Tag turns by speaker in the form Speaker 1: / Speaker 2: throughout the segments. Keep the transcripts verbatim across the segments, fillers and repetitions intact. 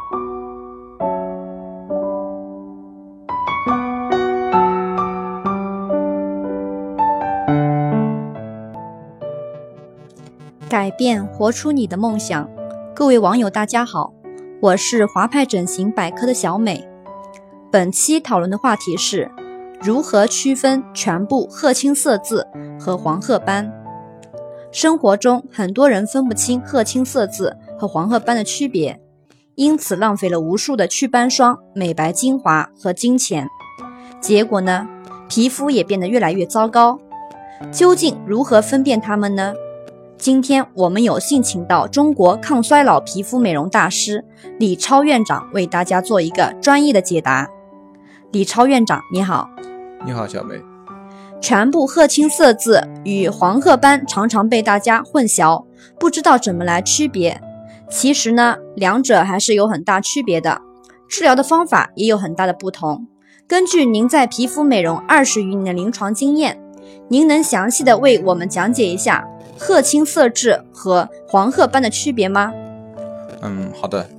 Speaker 1: 改变，活出你的梦想。各位网友大家好，我是华派整形百科的小美。本期讨论的话题是如何区分全部褐青色痣和黄褐斑。生活中很多人分不清褐青色痣和黄褐斑的区别，因此浪费了无数的祛斑霜、美白精华和金钱，结果呢，皮肤也变得越来越糟糕。究竟如何分辨它们呢？今天我们有幸请到中国抗衰老皮肤美容大师李超院长为大家做一个专业的解答。李超院长你好。
Speaker 2: 你好小梅。
Speaker 1: 全部褐青色痣与黄褐斑常常被大家混淆，不知道怎么来区别。其实呢，两者还是有很大区别的，治疗的方法也有很大的不同。根据您在皮肤美容二十余年的临床经验，您能详细的为我们讲解一下褐青色痣和黄褐斑的区别吗？
Speaker 2: 嗯，好的。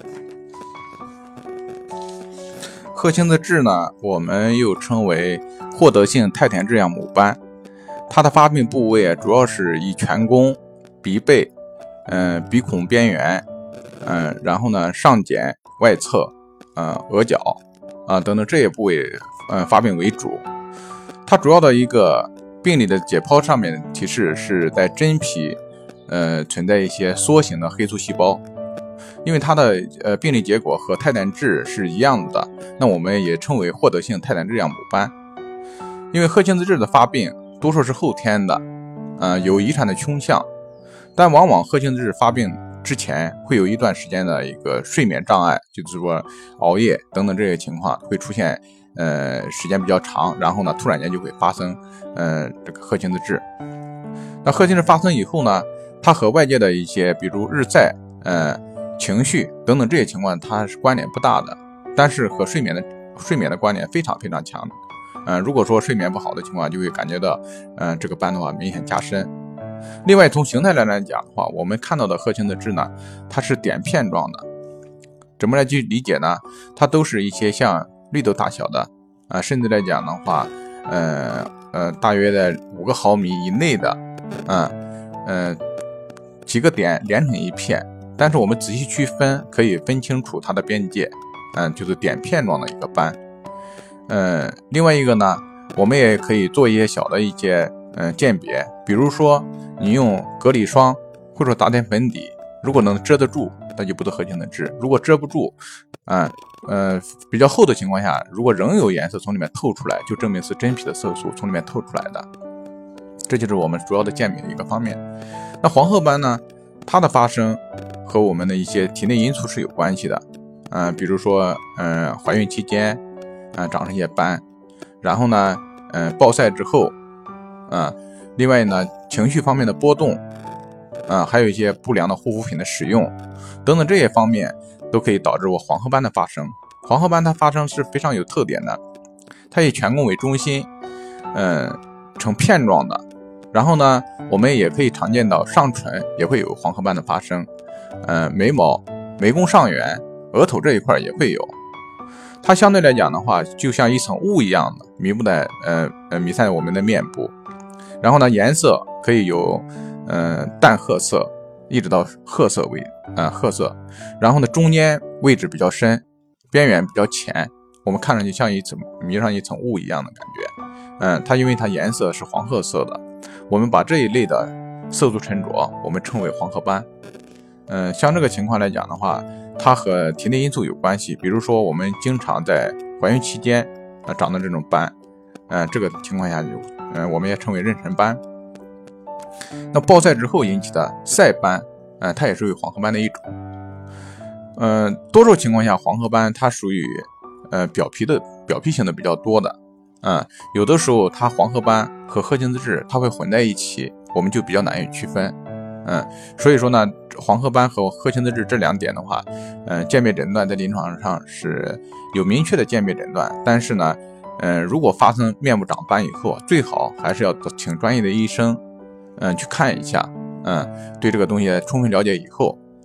Speaker 2: 褐青的痣呢，我们又称为获得性肽田质样母斑，它的发病部位主要是以颧弓、鼻背、嗯、鼻孔边缘、嗯、然后呢上睑、外侧、呃、额角啊、等等这些部位嗯、发病为主。它主要的一个病理的解剖上面提示是在真皮呃存在一些缩形的黑素细胞，因为它的呃病理结果和肽田质是一样的，那我们也称为获得性肽田质样母斑。因为褐青色痣的发病多数是后天的，呃有遗传的倾向，但往往褐青色痣发病之前会有一段时间的一个睡眠障碍，就是说熬夜等等这些情况会出现呃时间比较长，然后呢突然间就会发生呃这个褐青色痣。那褐青色发生以后呢，它和外界的一些比如日晒、呃情绪等等这些情况它是关联不大的，但是和睡眠的睡眠的关联非常非常强。呃如果说睡眠不好的情况，就会感觉到呃这个斑的话明显加深。另外从形态来来讲的话，我们看到的褐青色痣呢，它是点片状的。怎么来去理解呢？它都是一些像绿豆大小的啊、呃，甚至来讲的话，呃呃，大约在五个毫米以内的，嗯呃几个点连成一片。但是我们仔细区分，可以分清楚它的边界，嗯、呃，就是点片状的一个斑。呃，另外一个呢，我们也可以做一些小的一些呃鉴别，比如说你用隔离霜或者打点粉底，如果能遮得住，那就不是褐青色痣；如果遮不住，啊呃比较厚的情况下，如果仍有颜色从里面透出来，就证明是真皮的色素从里面透出来的。这就是我们主要的鉴别的一个方面。那黄褐斑呢，它的发生和我们的一些体内因素是有关系的，嗯、呃，比如说嗯、呃、怀孕期间啊、呃、长上一些斑，然后呢嗯、呃、暴晒之后啊、呃，另外呢情绪方面的波动啊、呃，还有一些不良的护肤品的使用等等这些方面都可以导致我黄褐斑的发生。黄褐斑它发生是非常有特点的，它以颧弓为中心，嗯、呃，呈片状的。然后呢，我们也可以常见到上唇也会有黄褐斑的发生，呃，眉毛、眉弓上缘、额头这一块也会有。它相对来讲的话，就像一层雾一样的弥布在呃呃弥散我们的面部。然后呢，颜色可以有呃淡褐色，一直到褐色为呃褐色。然后呢，中间位置比较深，边缘比较浅，我们看上去像一层弥上一层雾一样的感觉。嗯、呃，它因为它颜色是黄褐色的。我们把这一类的色素沉着我们称为黄褐斑。嗯、呃，像这个情况来讲的话，它和体内因素有关系，比如说我们经常在怀孕期间呃长的这种斑，呃这个情况下就呃我们也称为妊娠斑。那暴晒之后引起的晒斑，呃它也属于黄褐斑的一种。呃多数情况下黄褐斑它属于呃表皮的表皮型的比较多的。嗯，有的时候它黄褐斑和褐青色痣它会混在一起，我们就比较难以区分。嗯，所以说呢，黄褐斑和褐青色痣这两点的话，嗯，鉴别诊断在临床上是有明确的鉴别诊断，但是呢，嗯，如果发生面部长斑以后，最好还是要请专业的医生，嗯，去看一下，嗯，对这个东西充分了解以后，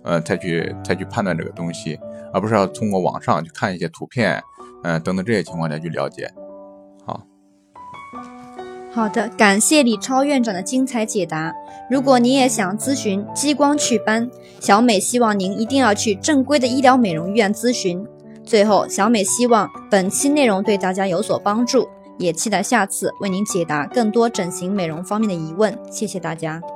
Speaker 2: 呃才去才去判断这个东西，而不是要通过网上去看一些图片，嗯、呃、等等这些情况下去了解。好。
Speaker 1: 好的，感谢李超院长的精彩解答。如果你也想咨询激光祛斑，小美希望您一定要去正规的医疗美容院咨询。最后，小美希望本期内容对大家有所帮助，也期待下次为您解答更多整形美容方面的疑问。谢谢大家。